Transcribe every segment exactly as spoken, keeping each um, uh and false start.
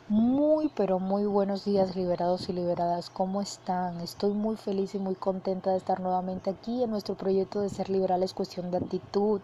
Muy, pero muy buenos días, liberados y liberadas. ¿Cómo están? Estoy muy feliz y muy contenta de estar nuevamente aquí en nuestro proyecto de Ser Liberal es cuestión de actitud.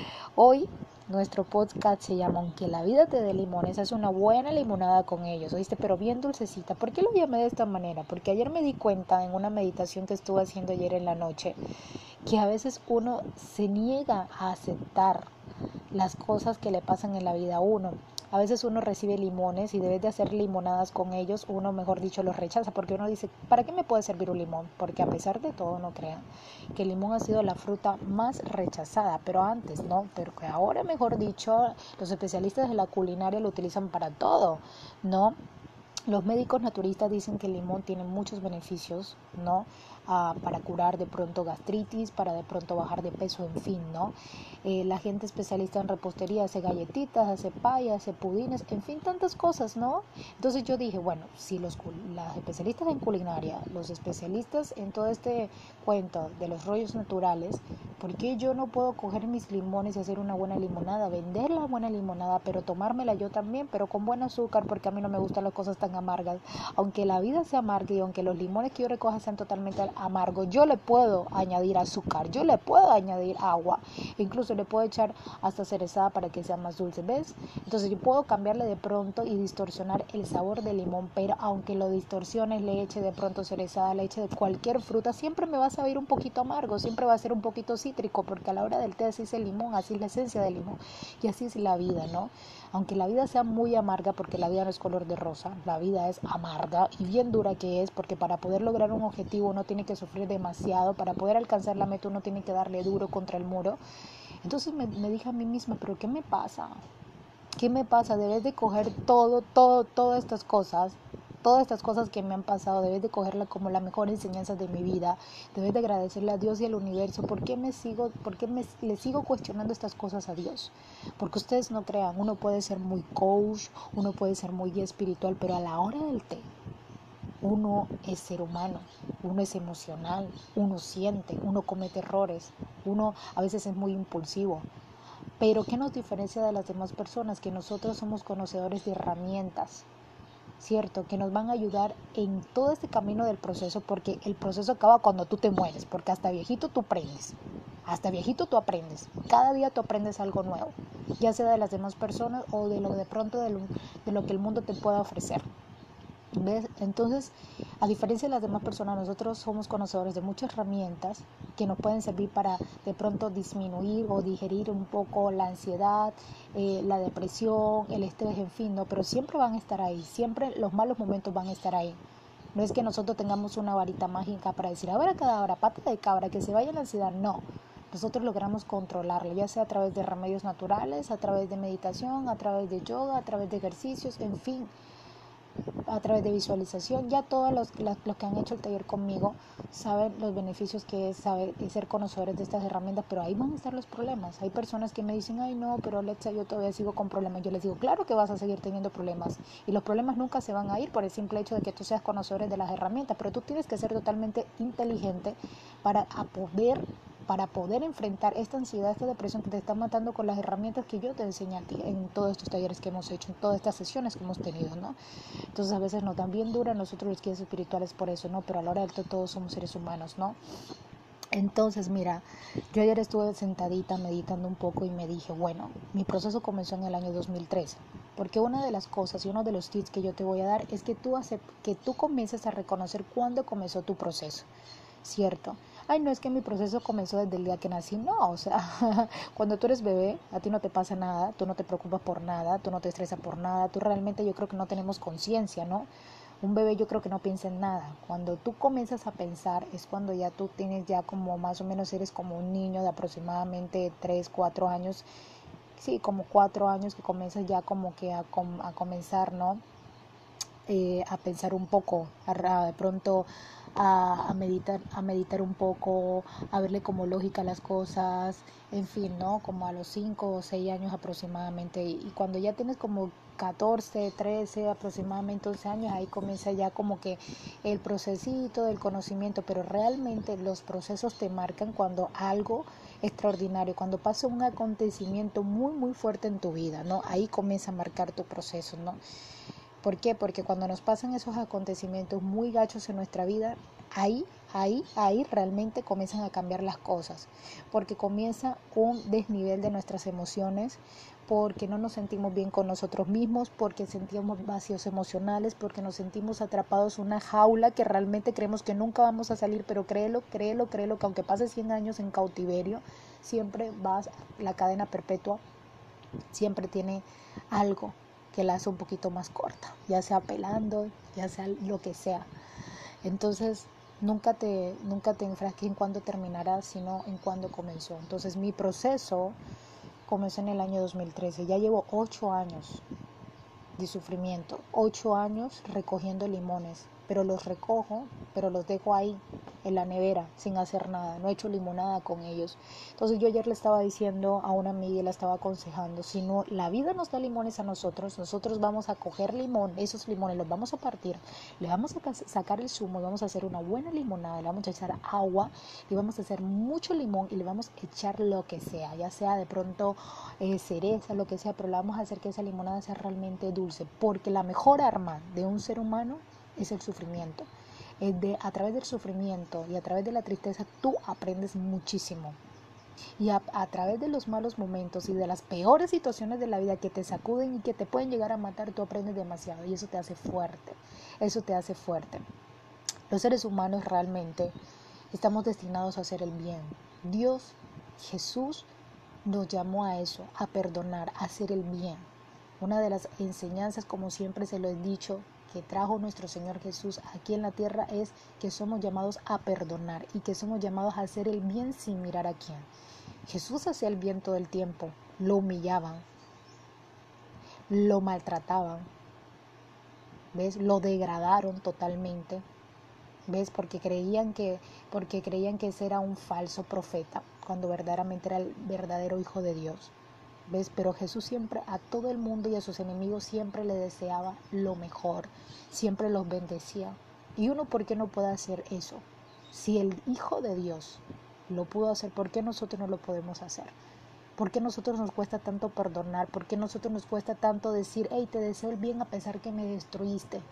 Hoy nuestro podcast se llama Aunque la vida te dé limones, haz una buena limonada con ellos, ¿oíste? Pero bien dulcecita. ¿Por qué lo llamé de esta manera? Porque ayer me di cuenta en una meditación que estuve haciendo ayer en la noche que a veces uno se niega a aceptar las cosas que le pasan en la vida a uno. A veces uno recibe limones y debes de hacer limonadas con ellos, uno mejor dicho los rechaza porque uno dice, ¿para qué me puede servir un limón? Porque a pesar de todo no crean que el limón ha sido la fruta más rechazada, pero antes no, pero que ahora mejor dicho los especialistas de la culinaria lo utilizan para todo, ¿no? Los médicos naturistas dicen que el limón tiene muchos beneficios, ¿no? Ah, para curar de pronto gastritis, para de pronto bajar de peso, en fin, ¿no? Eh, la gente especialista en repostería hace galletitas, hace payas, hace pudines, en fin, tantas cosas, ¿no? Entonces yo dije, bueno, si los las especialistas en culinaria, los especialistas en todo este cuento de los rollos naturales, ¿por qué yo no puedo coger mis limones y hacer una buena limonada, vender la buena limonada, pero tomármela yo también, pero con buen azúcar, porque a mí no me gustan las cosas tan amargas? Aunque la vida sea amarga y aunque los limones que yo recoja sean totalmente amargos, yo le puedo añadir azúcar, yo le puedo añadir agua, incluso le puedo echar hasta cerezada para que sea más dulce, ¿ves? Entonces yo puedo cambiarle de pronto y distorsionar el sabor del limón, pero aunque lo distorsiones, le eche de pronto cerezada, le eche de cualquier fruta, siempre me va a saber un poquito amargo, siempre va a ser un poquito cítrico, porque a la hora del té así es el limón, así es la esencia del limón, y así es la vida, ¿no? Aunque la vida sea muy amarga, porque la vida no es color de rosa, la vida es amarga y bien dura que es, porque para poder lograr un objetivo uno tiene que sufrir demasiado, para poder alcanzar la meta uno tiene que darle duro contra el muro. Entonces me, me dije a mí misma, pero ¿qué me pasa? ¿Qué me pasa? Debes de coger todo, todo, todas estas cosas, todas estas cosas que me han pasado, debes de cogerla como la mejor enseñanza de mi vida, debes de agradecerle a Dios y al universo. ¿Por qué me sigo, por qué me, le sigo cuestionando estas cosas a Dios? Porque ustedes no crean, uno puede ser muy coach, uno puede ser muy espiritual, pero a la hora del té, uno es ser humano, uno es emocional, uno siente, uno comete errores, uno a veces es muy impulsivo. Pero ¿qué nos diferencia de las demás personas? Que nosotros somos conocedores de herramientas, ¿cierto? Que nos van a ayudar en todo este camino del proceso, porque el proceso acaba cuando tú te mueres, porque hasta viejito tú aprendes, hasta viejito tú aprendes, cada día tú aprendes algo nuevo, ya sea de las demás personas o de lo de pronto de lo, de lo que el mundo te pueda ofrecer. ¿Ves? Entonces, a diferencia de las demás personas, nosotros somos conocedores de muchas herramientas que nos pueden servir para de pronto disminuir o digerir un poco la ansiedad, eh, la depresión, el estrés, en fin, ¿no? Pero siempre van a estar ahí, siempre los malos momentos van a estar ahí. No es que nosotros tengamos una varita mágica para decir, ahora cada hora, pata de cabra, que se vaya la ansiedad, no. Nosotros logramos controlarla, ya sea a través de remedios naturales, a través de meditación, a través de yoga, a través de ejercicios, en fin, a través de visualización. Ya todos los, los que han hecho el taller conmigo saben los beneficios que es saber y ser conocedores de estas herramientas, pero ahí van a estar los problemas. Hay personas que me dicen, ay no, pero Alexa, yo todavía sigo con problemas. Yo les digo, claro que vas a seguir teniendo problemas y los problemas nunca se van a ir por el simple hecho de que tú seas conocedor de las herramientas, pero tú tienes que ser totalmente inteligente para poder para poder enfrentar esta ansiedad, esta depresión que te está matando con las herramientas que yo te enseño a ti en todos estos talleres que hemos hecho, en todas estas sesiones que hemos tenido, ¿no? Entonces a veces nos dan bien dura nosotros los guías espirituales por eso, ¿no? Pero a la hora del todo todos somos seres humanos, ¿no? Entonces, mira, yo ayer estuve sentadita meditando un poco y me dije, bueno, mi proceso comenzó en el año dos mil trece, porque una de las cosas y uno de los tips que yo te voy a dar es que tú, hace, que tú comiences a reconocer cuándo comenzó tu proceso, ¿cierto? Ay, no es que mi proceso comenzó desde el día que nací, no, o sea, cuando tú eres bebé, a ti no te pasa nada, tú no te preocupas por nada, tú no te estresas por nada, tú realmente yo creo que no tenemos conciencia, ¿no? Un bebé yo creo que no piensa en nada. Cuando tú comienzas a pensar es cuando ya tú tienes ya como más o menos eres como un niño de aproximadamente tres cuatro años, sí, como cuatro años que comienzas ya como que a, com a comenzar, ¿no? Eh, a pensar un poco, a, a de pronto a, a, meditar, a meditar un poco, a verle como lógica a las cosas, en fin, ¿no? Como a los cinco o seis años aproximadamente. Y, y cuando ya tienes como catorce trece aproximadamente once años, ahí comienza ya como que el procesito del conocimiento, pero realmente los procesos te marcan cuando algo extraordinario, cuando pasa un acontecimiento muy muy fuerte en tu vida, ¿no? Ahí comienza a marcar tu proceso, ¿no? ¿Por qué? Porque cuando nos pasan esos acontecimientos muy gachos en nuestra vida, ahí, ahí, ahí realmente comienzan a cambiar las cosas, porque comienza un desnivel de nuestras emociones, porque no nos sentimos bien con nosotros mismos, porque sentimos vacíos emocionales, porque nos sentimos atrapados en una jaula que realmente creemos que nunca vamos a salir, pero créelo, créelo, créelo, que aunque pase cien años en cautiverio, siempre vas, la cadena perpetua siempre tiene algo que la hace un poquito más corta, ya sea pelando, ya sea lo que sea. Entonces, nunca te, nunca te enfrasques en cuándo terminará, sino en cuándo comenzó. Entonces, mi proceso comenzó en el año dos mil trece, ya llevo ocho años de sufrimiento, ocho años recogiendo limones, pero los recojo, pero los dejo ahí en la nevera sin hacer nada, no he hecho limonada con ellos. Entonces yo ayer le estaba diciendo a una amiga y la estaba aconsejando, si no, la vida nos da limones a nosotros, nosotros vamos a coger limón, esos limones los vamos a partir, le vamos a sacar el zumo, vamos a hacer una buena limonada, le vamos a echar agua y vamos a hacer mucho limón y le vamos a echar lo que sea, ya sea de pronto eh, cereza, lo que sea, pero le vamos a hacer que esa limonada sea realmente dulce, porque la mejor arma de un ser humano es el sufrimiento. Es de, a través del sufrimiento y a través de la tristeza tú aprendes muchísimo. Y a, a través de los malos momentos y de las peores situaciones de la vida que te sacuden y que te pueden llegar a matar, tú aprendes demasiado y eso te hace fuerte. Eso te hace fuerte. Los seres humanos realmente estamos destinados a hacer el bien. Dios, Jesús, nos llamó a eso, a perdonar, a hacer el bien. Una de las enseñanzas, como siempre se lo he dicho, que trajo nuestro Señor Jesús aquí en la tierra es que somos llamados a perdonar y que somos llamados a hacer el bien sin mirar a quién. Jesús hacía el bien todo el tiempo, lo humillaban, lo maltrataban, ¿ves? Lo degradaron totalmente, ¿ves? Porque creían que, porque creían que ese era un falso profeta, cuando verdaderamente era el verdadero Hijo de Dios. ¿Ves? Pero Jesús siempre a todo el mundo y a sus enemigos siempre le deseaba lo mejor, siempre los bendecía. Y uno, ¿por qué no puede hacer eso? Si el Hijo de Dios lo pudo hacer, ¿por qué nosotros no lo podemos hacer? ¿Por qué a nosotros nos cuesta tanto perdonar? ¿Por qué a nosotros nos cuesta tanto decir, hey, te deseo el bien a pesar que me destruiste?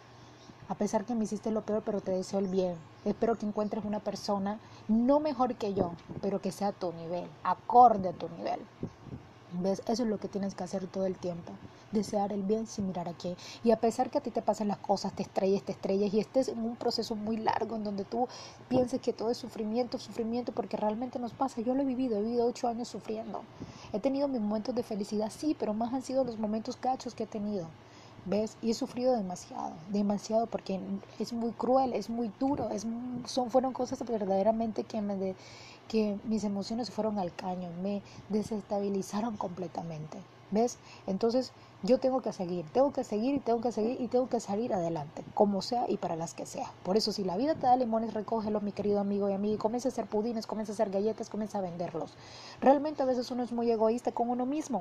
A pesar que me hiciste lo peor, pero te deseo el bien. Espero que encuentres una persona no mejor que yo, pero que sea a tu nivel, acorde a tu nivel. ¿Ves? Eso es lo que tienes que hacer todo el tiempo, desear el bien sin mirar a quién. Y a pesar que a ti te pasen las cosas, te estrelles, te estrelles y estés en un proceso muy largo en donde tú pienses que todo es sufrimiento, sufrimiento, porque realmente nos pasa. Yo lo he vivido, he vivido ocho años sufriendo. He tenido mis momentos de felicidad, sí, pero más han sido los momentos gachos que he tenido. ¿Ves? Y he sufrido demasiado, demasiado, porque es muy cruel, es muy duro, es, son, fueron cosas verdaderamente que, me de, que mis emociones fueron al caño, me desestabilizaron completamente, ¿ves? Entonces yo tengo que seguir, tengo que seguir y tengo que seguir y tengo que salir adelante, como sea y para las que sea. Por eso si la vida te da limones, recógelos, mi querido amigo y amiga, y comienza a hacer pudines, comienza a hacer galletas, comienza a venderlos. Realmente a veces uno es muy egoísta con uno mismo.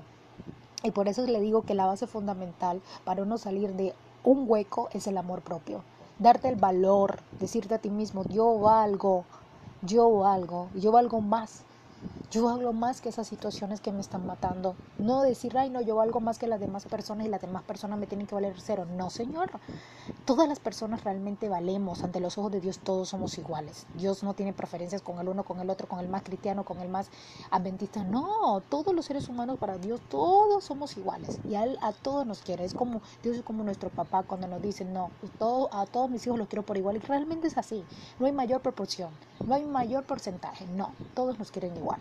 Y por eso le digo que la base fundamental para uno salir de un hueco es el amor propio. Darte el valor, decirte a ti mismo, yo valgo, yo valgo, yo valgo más. Yo valgo más que esas situaciones que me están matando. No decir, ay, no, yo valgo más que las demás personas y las demás personas me tienen que valer cero. No, señor. Todas las personas realmente valemos. Ante los ojos de Dios todos somos iguales. Dios no tiene preferencias con el uno, con el otro, con el más cristiano, con el más adventista. No, todos los seres humanos para Dios, todos somos iguales. Y a Él a todos nos quiere. Es como, Dios es como nuestro papá cuando nos dice, no, todo, a todos mis hijos los quiero por igual. Y realmente es así. No hay mayor proporción, no hay mayor porcentaje. No, todos nos quieren igual.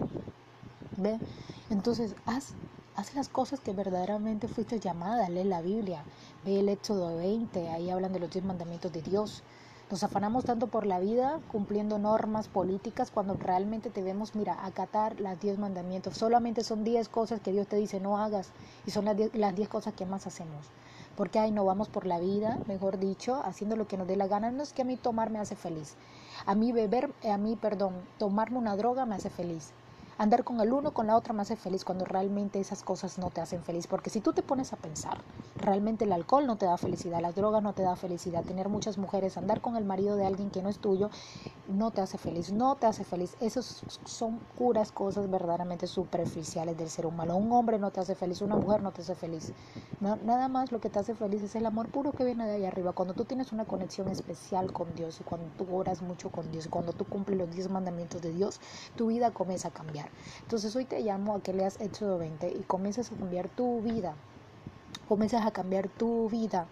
¿Ve? Entonces, haz, haz las cosas que verdaderamente fuiste llamada. Lee la Biblia, ve el Éxodo veinte, ahí hablan de los diez mandamientos de Dios. Nos afanamos tanto por la vida cumpliendo normas políticas cuando realmente debemos, mira, acatar las diez mandamientos. Solamente son diez cosas que Dios te dice no hagas y son las diez, las diez cosas que más hacemos. Porque ahí no vamos por la vida, mejor dicho, haciendo lo que nos dé la gana. No es que a mí tomar me hace feliz. A mí beber, a mí, perdón, tomarme una droga me hace feliz. Andar con el uno, con la otra me hace feliz cuando realmente esas cosas no te hacen feliz. Porque si tú te pones a pensar, realmente el alcohol no te da felicidad, las drogas no te da felicidad, tener muchas mujeres, andar con el marido de alguien que no es tuyo, no te hace feliz, no te hace feliz. Esas son puras cosas verdaderamente superficiales del ser humano. Un hombre no te hace feliz, una mujer no te hace feliz. No, nada más lo que te hace feliz es el amor puro que viene de ahí arriba. Cuando tú tienes una conexión especial con Dios y cuando tú oras mucho con Dios, cuando tú cumples los diez mandamientos de Dios, tu vida comienza a cambiar. Entonces hoy te llamo a que leas Éxodo veinte y comiences a cambiar tu vida. Comienzas a cambiar tu vida.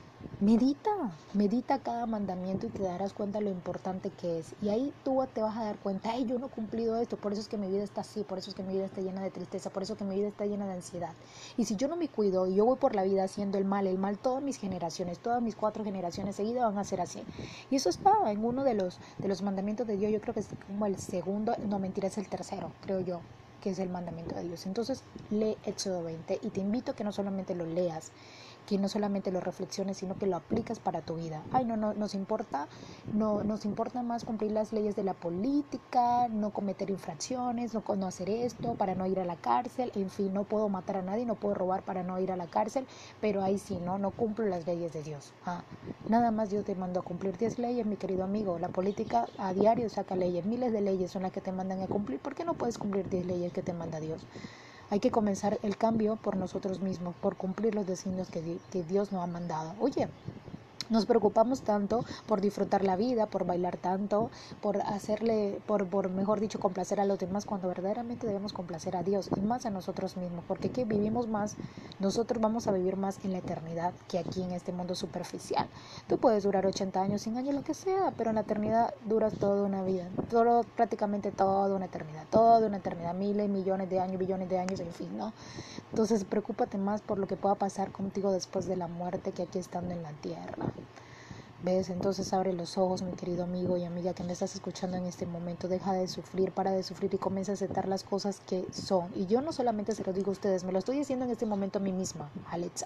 Medita, medita cada mandamiento y te darás cuenta lo importante que es. Y ahí tú te vas a dar cuenta, ay, yo no he cumplido esto, por eso es que mi vida está así, por eso es que mi vida está llena de tristeza, por eso es que mi vida está llena de ansiedad. Y si yo no me cuido y yo voy por la vida haciendo el mal, el mal, todas mis generaciones, todas mis cuatro generaciones seguidas van a ser así. Y eso está en uno de los, de los mandamientos de Dios, yo creo que es como el segundo, no mentira, es el tercero, creo yo, que es el mandamiento de Dios. Entonces lee Éxodo veinte y te invito a que no solamente lo leas, que no solamente lo reflexiones, sino que lo aplicas para tu vida. Ay, no, no, nos importa, no, nos importa más cumplir las leyes de la política, no cometer infracciones, no, no hacer esto para no ir a la cárcel, en fin, no puedo matar a nadie, no puedo robar para no ir a la cárcel, pero ahí sí, no, no cumplo las leyes de Dios. Ah, nada más Dios te mandó a cumplir diez leyes, mi querido amigo. La política a diario saca leyes, miles de leyes son las que te mandan a cumplir. ¿Por qué no puedes cumplir diez leyes que te manda Dios? Hay que comenzar el cambio por nosotros mismos, por cumplir los designios que, que Dios nos ha mandado. Oye, nos preocupamos tanto por disfrutar la vida, por bailar tanto, por hacerle, por, por mejor dicho, complacer a los demás, cuando verdaderamente debemos complacer a Dios y más a nosotros mismos, porque que vivimos más, nosotros vamos a vivir más en la eternidad que aquí en este mundo superficial. Tú puedes durar ochenta años, cien años, lo que sea, pero en la eternidad duras toda una vida, todo, prácticamente toda una eternidad, toda una eternidad, miles, millones de años, billones de años, en fin, ¿no? Entonces preocúpate más por lo que pueda pasar contigo después de la muerte que aquí estando en la tierra. ¿Ves? Entonces abre los ojos, mi querido amigo y amiga que me estás escuchando en este momento. Deja de sufrir, para de sufrir y comienza a aceptar las cosas que son. Y yo no solamente se lo digo a ustedes, me lo estoy diciendo en este momento a mí misma, Alexa.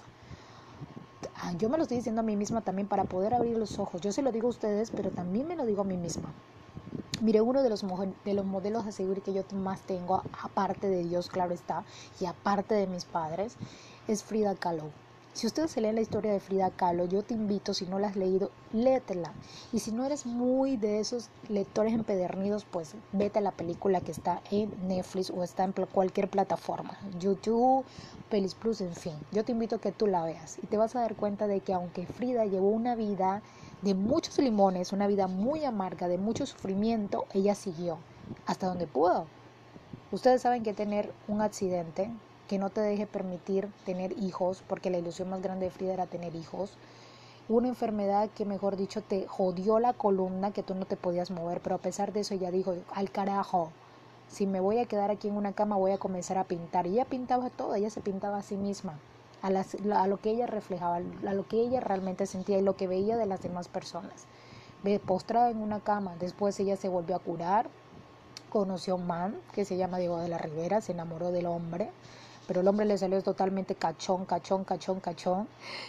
Yo me lo estoy diciendo a mí misma también para poder abrir los ojos. Yo se lo digo a ustedes, pero también me lo digo a mí misma. Mire, uno de los, de los modelos a seguir que yo más tengo, aparte de Dios, claro está, y aparte de mis padres, es Frida Kahlo. Si ustedes se leen la historia de Frida Kahlo, yo te invito, si no la has leído, léetela. Y si no eres muy de esos lectores empedernidos, pues vete a la película que está en Netflix o está en cualquier plataforma, YouTube, Pelis Plus, en fin. Yo te invito a que tú la veas y te vas a dar cuenta de que aunque Frida llevó una vida de muchos limones, una vida muy amarga, de mucho sufrimiento, ella siguió hasta donde pudo. Ustedes saben que tener un accidente que no te deje permitir tener hijos, porque la ilusión más grande de Frida era tener hijos, una enfermedad que mejor dicho te jodió la columna, que tú no te podías mover, pero a pesar de eso ella dijo, al carajo, si me voy a quedar aquí en una cama voy a comenzar a pintar. Y ella pintaba todo, ella se pintaba a sí misma, a, las, a lo que ella reflejaba, a lo que ella realmente sentía y lo que veía de las demás personas. Postrada en una cama, después ella se volvió a curar, conoció a un man que se llama Diego de la Rivera, se enamoró del hombre, pero el hombre le salió totalmente cachón, cachón, cachón, cachón,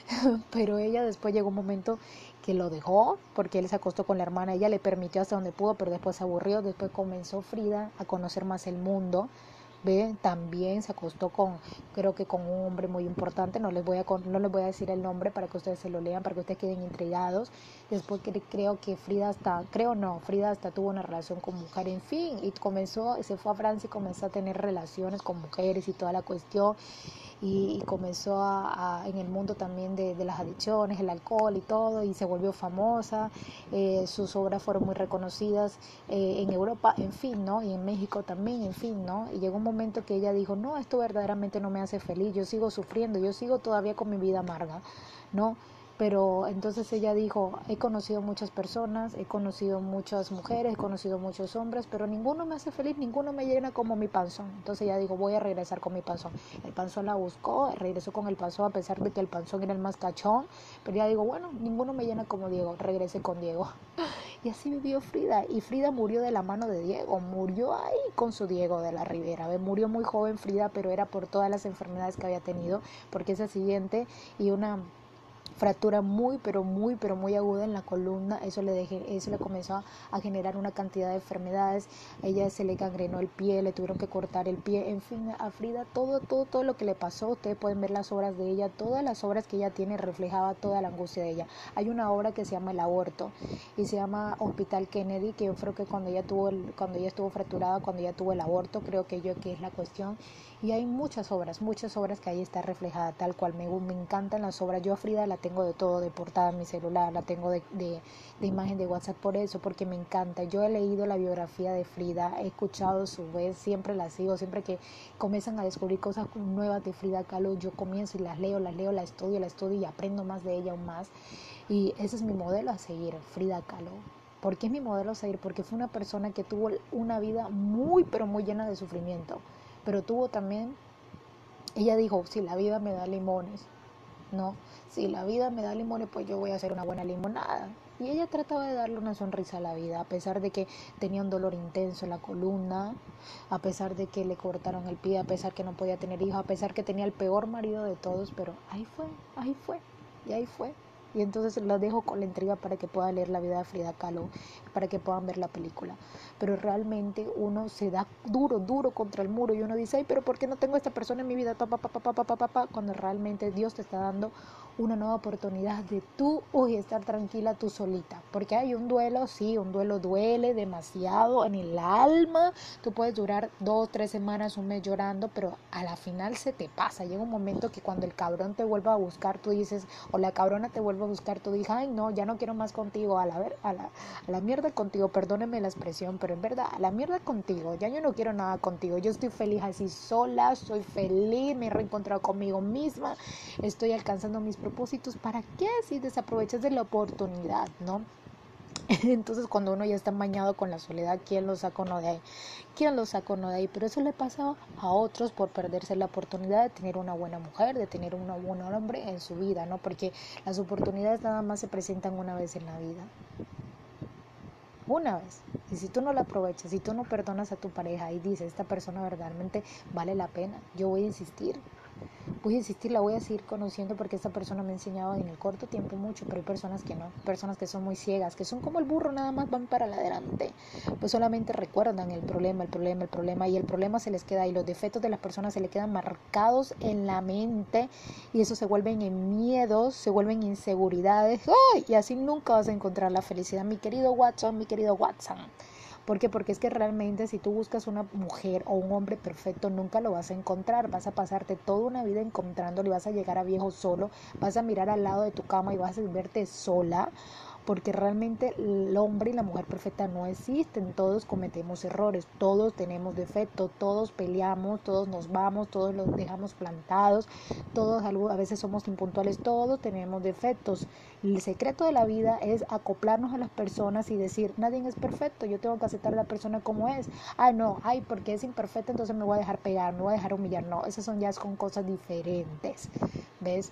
pero ella después llegó un momento que lo dejó porque él se acostó con la hermana, ella le permitió hasta donde pudo, pero después se aburrió, después comenzó Frida a conocer más el mundo. Ve, también se acostó con, creo que con un hombre muy importante, no les voy a no les voy a decir el nombre para que ustedes se lo lean, para que ustedes queden intrigados. Después creo que Frida hasta, creo no, Frida hasta tuvo una relación con mujer, en fin, y comenzó, se fue a Francia y comenzó a tener relaciones con mujeres y toda la cuestión. Y, y comenzó a, a, en el mundo también de, de las adicciones, el alcohol y todo, y se volvió famosa, eh, sus obras fueron muy reconocidas eh, en Europa, en fin, ¿no? Y en México también, en fin, ¿no? Y llegó un momento que ella dijo, no, esto verdaderamente no me hace feliz, yo sigo sufriendo, yo sigo todavía con mi vida amarga, ¿no? Pero entonces ella dijo, he conocido muchas personas, he conocido muchas mujeres, he conocido muchos hombres, pero ninguno me hace feliz, ninguno me llena como mi panzón. Entonces ella dijo, voy a regresar con mi panzón. El panzón la buscó, regresó con el panzón a pesar de que el panzón era el más cachón, pero ella dijo, bueno, ninguno me llena como Diego, regresé con Diego. Y así vivió Frida, y Frida murió de la mano de Diego, murió ahí con su Diego de la Rivera. Murió muy joven Frida, pero era por todas las enfermedades que había tenido, porque esa siguiente y una... fractura muy, pero muy, pero muy aguda en la columna. Eso le, dejé, eso le comenzó a generar una cantidad de enfermedades. A ella se le gangrenó el pie, le tuvieron que cortar el pie. En fin, a Frida todo, todo, todo lo que le pasó. Ustedes pueden ver las obras de ella. Todas las obras que ella tiene reflejaba toda la angustia de ella. Hay una obra que se llama El aborto y se llama Hospital Kennedy, que yo creo que cuando ella tuvo el, cuando ella estuvo fracturada, cuando ella tuvo el aborto, creo que yo que es la cuestión. Y hay muchas obras, muchas obras que ahí está reflejada tal cual. Me, me encantan las obras. Yo a Frida la tengo de todo, de portada en mi celular, la tengo de, de, de imagen de WhatsApp por eso, porque me encanta. Yo he leído la biografía de Frida, he escuchado su vez, siempre la sigo, siempre que comienzan a descubrir cosas nuevas de Frida Kahlo, yo comienzo y las leo, las leo, las estudio, las estudio y aprendo más de ella aún más. Y ese es mi modelo a seguir, Frida Kahlo. ¿Por qué es mi modelo a seguir? Porque fue una persona que tuvo una vida muy, pero muy llena de sufrimiento. Pero tuvo también, ella dijo, si la vida me da limones, no, si la vida me da limones, pues yo voy a hacer una buena limonada. Y ella trataba de darle una sonrisa a la vida, a pesar de que tenía un dolor intenso en la columna, a pesar de que le cortaron el pie, a pesar que no podía tener hijos, a pesar que tenía el peor marido de todos, pero ahí fue, ahí fue, y ahí fue. Y entonces los dejo con la intriga para que puedan leer la vida de Frida Kahlo, para que puedan ver la película. Pero realmente uno se da duro, duro contra el muro y uno dice, ay, pero ¿por qué no tengo a esta persona en mi vida? Pa, pa, pa, pa, pa, pa, pa, cuando realmente Dios te está dando una nueva oportunidad de tú hoy estar tranquila tú solita. Porque hay un duelo, sí, un duelo duele demasiado en el alma. Tú puedes durar dos, tres semanas, un mes llorando, pero a la final se te pasa. Llega un momento que cuando el cabrón te vuelva a buscar, tú dices, o la cabrona te vuelve a buscar, tú dices, ay no, ya no quiero más contigo, a la, ver, a la, a la mierda contigo, perdónenme la expresión, pero en verdad, a la mierda contigo, ya yo no quiero nada contigo, yo estoy feliz así sola, soy feliz, me he reencontrado conmigo misma, estoy alcanzando mis propósitos. ¿Para qué si desaprovechas de la oportunidad, no? Entonces cuando uno ya está bañado con la soledad, ¿quién lo saca uno de ahí? ¿Quién lo saca uno de ahí? Pero eso le pasa a otros por perderse la oportunidad de tener una buena mujer, de tener un buen hombre en su vida, ¿no? Porque las oportunidades nada más se presentan una vez en la vida. Una vez. Y si tú no la aprovechas, si tú no perdonas a tu pareja y dices, esta persona verdaderamente vale la pena, yo voy a insistir. Voy a insistir, la voy a seguir conociendo porque esta persona me ha enseñado en el corto tiempo mucho, pero hay personas que no, personas que son muy ciegas, que son como el burro, nada más van para adelante, pues solamente recuerdan el problema, el problema, el problema, y el problema se les queda, y los defectos de las personas se les quedan marcados en la mente, y eso se vuelven en miedos, se vuelven inseguridades, ¡ay! Y así nunca vas a encontrar la felicidad, mi querido Watson, mi querido Watson. ¿Por qué? Porque es que realmente si tú buscas una mujer o un hombre perfecto, nunca lo vas a encontrar. Vas a pasarte toda una vida encontrándolo y vas a llegar a viejo solo. Vas a mirar al lado de tu cama y vas a verte sola. Porque realmente el hombre y la mujer perfecta no existen, todos cometemos errores, todos tenemos defectos, todos peleamos, todos nos vamos, todos los dejamos plantados, todos a veces somos impuntuales, todos tenemos defectos. El secreto de la vida es acoplarnos a las personas y decir, nadie es perfecto, yo tengo que aceptar a la persona como es. Ah, no, ay, porque es imperfecta, entonces me voy a dejar pegar, me voy a dejar humillar. No, esas son ya con cosas diferentes, ¿ves?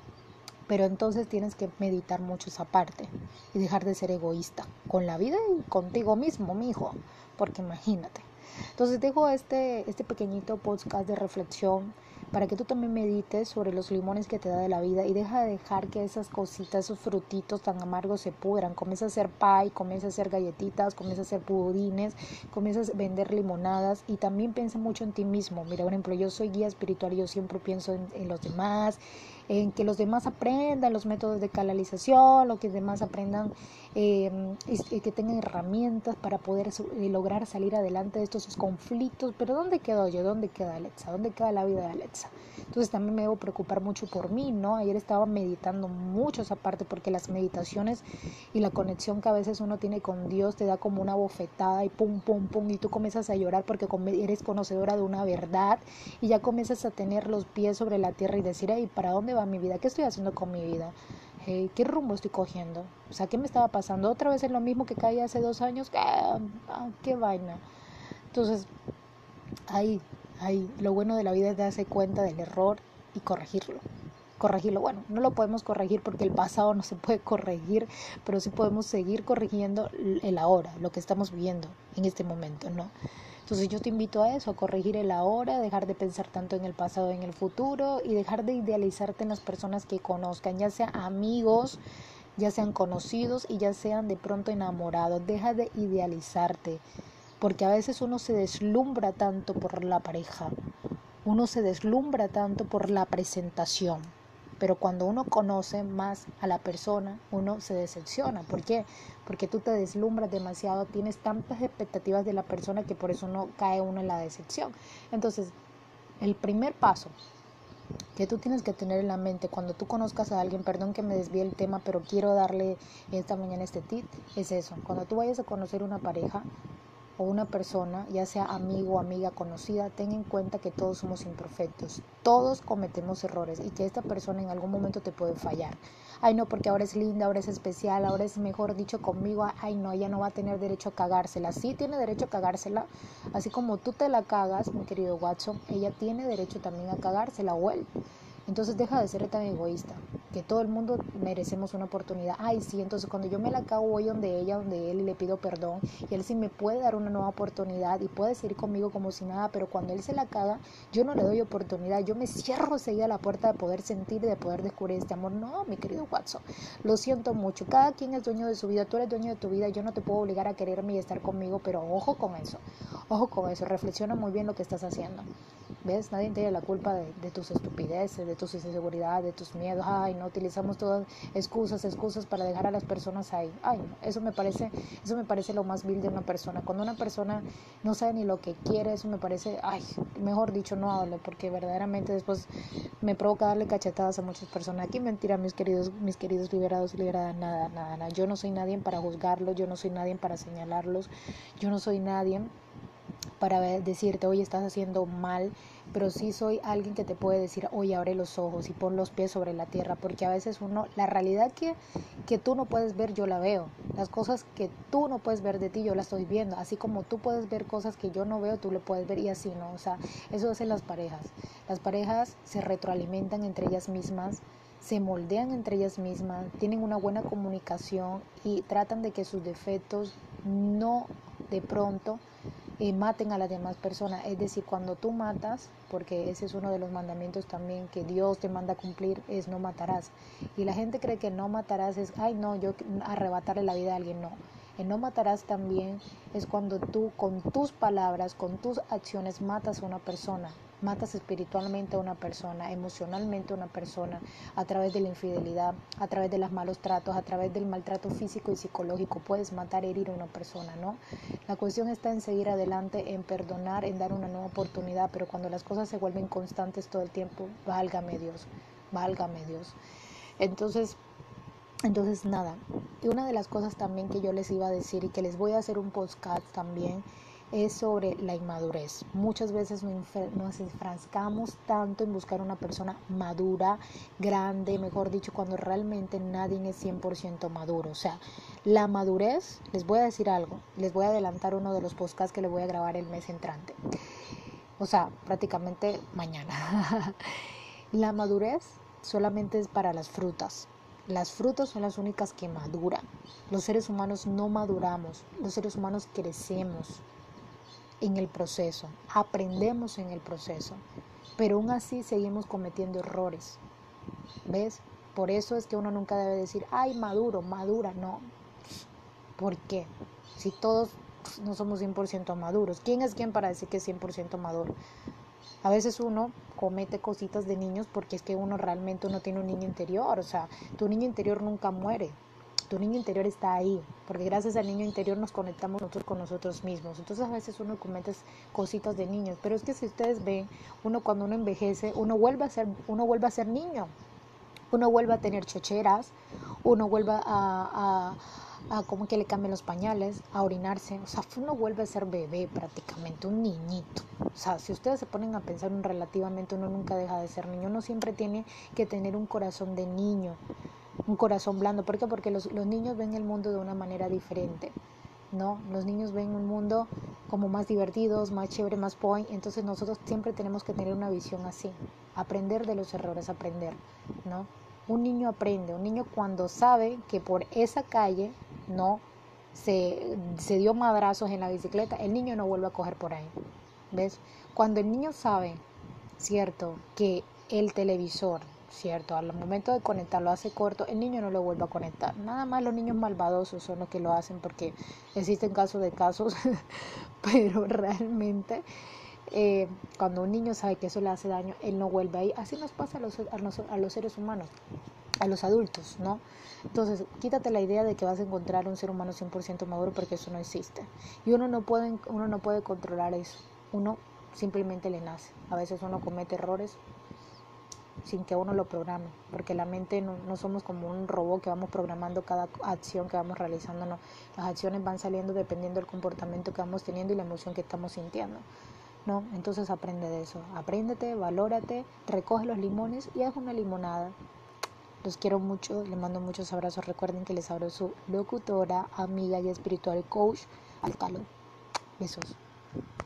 Pero entonces tienes que meditar mucho esa parte y dejar de ser egoísta con la vida y contigo mismo, mijo, porque imagínate. Entonces dejo este, este pequeñito podcast de reflexión para que tú también medites sobre los limones que te da de la vida y deja de dejar que esas cositas, esos frutitos tan amargos se pudran. Comienza a hacer pie, comienza a hacer galletitas, comienza a hacer pudines, comienza a vender limonadas y también piensa mucho en ti mismo. Mira, por ejemplo, yo soy guía espiritual y yo siempre pienso en, en los demás, en que los demás aprendan los métodos de canalización, lo que los demás aprendan, eh, y, y que tengan herramientas para poder eh, lograr salir adelante de estos conflictos. Pero ¿dónde quedo yo? ¿Dónde queda Alexa? ¿Dónde queda la vida de Alexa? Entonces también me debo preocupar mucho por mí, ¿no? Ayer estaba meditando mucho esa parte porque las meditaciones y la conexión que a veces uno tiene con Dios te da como una bofetada y pum, pum, pum, y tú comienzas a llorar porque eres conocedora de una verdad y ya comienzas a tener los pies sobre la tierra y decir, hey, ¿para dónde va mi vida? ¿Qué estoy haciendo con mi vida? Hey, ¿qué rumbo estoy cogiendo? O sea, ¿qué me estaba pasando? ¿Otra vez es lo mismo que caí hace dos años? ¿Qué, ah, qué vaina? Entonces, ahí, ahí, lo bueno de la vida es darse cuenta del error y corregirlo. Corregirlo, bueno, no lo podemos corregir porque el pasado no se puede corregir, pero sí podemos seguir corrigiendo el ahora, lo que estamos viviendo en este momento, ¿no? Entonces yo te invito a eso, a corregir el ahora, dejar de pensar tanto en el pasado, en el futuro y dejar de idealizarte en las personas que conozcan, ya sea amigos, ya sean conocidos y ya sean de pronto enamorados. Deja de idealizarte, porque a veces uno se deslumbra tanto por la pareja, uno se deslumbra tanto por la presentación, pero cuando uno conoce más a la persona, uno se decepciona. ¿Por qué? Porque tú te deslumbras demasiado, tienes tantas expectativas de la persona que por eso no cae uno en la decepción. Entonces, el primer paso que tú tienes que tener en la mente cuando tú conozcas a alguien, perdón que me desvíe el tema, pero quiero darle esta mañana este tip, es eso. Cuando tú vayas a conocer una pareja o una persona, ya sea amigo, amiga, conocida, ten en cuenta que todos somos imperfectos, todos cometemos errores y que esta persona en algún momento te puede fallar. Ay no, porque ahora es linda, ahora es especial, ahora es mejor dicho conmigo, ay no, ella no va a tener derecho a cagársela. Sí tiene derecho a cagársela, así como tú te la cagas, mi querido Watson, ella tiene derecho también a cagársela o él. Entonces deja de ser tan egoísta, que todo el mundo merecemos una oportunidad. Ay, sí, entonces cuando yo me la cago voy donde ella, donde él y le pido perdón y él sí me puede dar una nueva oportunidad y puede seguir conmigo como si nada, pero cuando él se la caga, yo no le doy oportunidad, yo me cierro seguida la puerta de poder sentir y de poder descubrir este amor. No, mi querido Watson, lo siento mucho, cada quien es dueño de su vida, tú eres dueño de tu vida, yo no te puedo obligar a quererme y estar conmigo, pero ojo con eso, ojo con eso, reflexiona muy bien lo que estás haciendo. ¿Ves? Nadie tiene la culpa de, de tus estupideces, de tus inseguridades, de tus miedos. Ay, no, utilizamos todas excusas, excusas para dejar a las personas ahí. Ay, no, eso me parece, eso me parece lo más vil de una persona. Cuando una persona no sabe ni lo que quiere, eso me parece, ay, mejor dicho, no hablo, porque verdaderamente después me provoca darle cachetadas a muchas personas. Aquí mentira, mis queridos, mis queridos liberados y liberadas, nada, nada, nada. Yo no soy nadie para juzgarlos, yo no soy nadie para señalarlos, yo no soy nadie para decirte, oye, estás haciendo mal, pero sí soy alguien que te puede decir, oye, abre los ojos y pon los pies sobre la tierra, porque a veces uno, la realidad que, que tú no puedes ver, yo la veo, las cosas que tú no puedes ver de ti, yo las estoy viendo, así como tú puedes ver cosas que yo no veo, tú lo puedes ver y así, ¿no? O sea, eso hacen las parejas, las parejas se retroalimentan entre ellas mismas, se moldean entre ellas mismas, tienen una buena comunicación y tratan de que sus defectos no de pronto eh, maten a las demás personas. Es decir, cuando tú matas, porque ese es uno de los mandamientos también que Dios te manda a cumplir, es no matarás. Y la gente cree que no matarás es, ay no, yo arrebatarle la vida a alguien, no. El no matarás también es cuando tú con tus palabras, con tus acciones matas a una persona, matas espiritualmente a una persona, emocionalmente a una persona, a través de la infidelidad, a través de los malos tratos, a través del maltrato físico y psicológico, puedes matar, herir a una persona, ¿no? La cuestión está en seguir adelante, en perdonar, en dar una nueva oportunidad, pero cuando las cosas se vuelven constantes todo el tiempo, válgame Dios, válgame Dios. Entonces, Entonces nada, y una de las cosas también que yo les iba a decir y que les voy a hacer un podcast también es sobre la inmadurez. Muchas veces nos enfrascamos tanto en buscar una persona madura, grande, mejor dicho, cuando realmente nadie es cien por ciento maduro. O sea, la madurez, les voy a decir algo, les voy a adelantar uno de los podcasts que les voy a grabar el mes entrante. O sea, prácticamente mañana. La madurez solamente es para las frutas. Las frutas son las únicas que maduran. Los seres humanos no maduramos. Los seres humanos crecemos en el proceso, aprendemos en el proceso, pero aún así seguimos cometiendo errores. ¿Ves? Por eso es que uno nunca debe decir, ay, maduro, madura, no. ¿Por qué? Si todos no somos cien por ciento maduros. ¿Quién es quién para decir que es cien por ciento maduro? A veces uno comete cositas de niños porque es que uno realmente uno tiene un niño interior, o sea, tu niño interior nunca muere, tu niño interior está ahí, porque gracias al niño interior nos conectamos nosotros con nosotros mismos. Entonces a veces uno comete cositas de niños, pero es que si ustedes ven, uno cuando uno envejece, uno vuelve a ser, uno vuelve a ser niño, uno vuelve a tener chocheras, uno vuelve a, a a como que le cambien los pañales, a orinarse, o sea, uno vuelve a ser bebé prácticamente, un niñito. O sea, si ustedes se ponen a pensar en relativamente, uno nunca deja de ser niño, uno siempre tiene que tener un corazón de niño, un corazón blando. ¿Por qué? Porque los, los niños ven el mundo de una manera diferente, ¿no? Los niños ven un mundo como más divertidos, más chévere, más point, entonces nosotros siempre tenemos que tener una visión así, aprender de los errores, aprender, ¿no? Un niño aprende, un niño cuando sabe que por esa calle no se, se dio madrazos en la bicicleta, el niño no vuelve a coger por ahí. ¿Ves? Cuando el niño sabe, cierto, que el televisor, cierto, al momento de conectar lo hace corto, el niño no lo vuelve a conectar. Nada más los niños malvadosos son los que lo hacen, porque existen casos de casos, pero realmente eh, cuando un niño sabe que eso le hace daño, él no vuelve ahí. Así nos pasa a los, a los, a los seres humanos, a los adultos, ¿no? Entonces, quítate la idea de que vas a encontrar un ser humano cien por ciento maduro, porque eso no existe. Y uno no puede, uno no puede controlar eso. Uno simplemente le nace. A veces uno comete errores sin que uno lo programe, porque la mente no, no somos como un robot que vamos programando cada acción que vamos realizando, no. Las acciones van saliendo dependiendo del comportamiento que vamos teniendo y la emoción que estamos sintiendo, ¿no? Entonces aprende de eso, apréndete, valórate, recoge los limones y haz una limonada. Los quiero mucho, les mando muchos abrazos. Recuerden que les hablo su locutora, amiga y espiritual coach, Alcalo. Besos.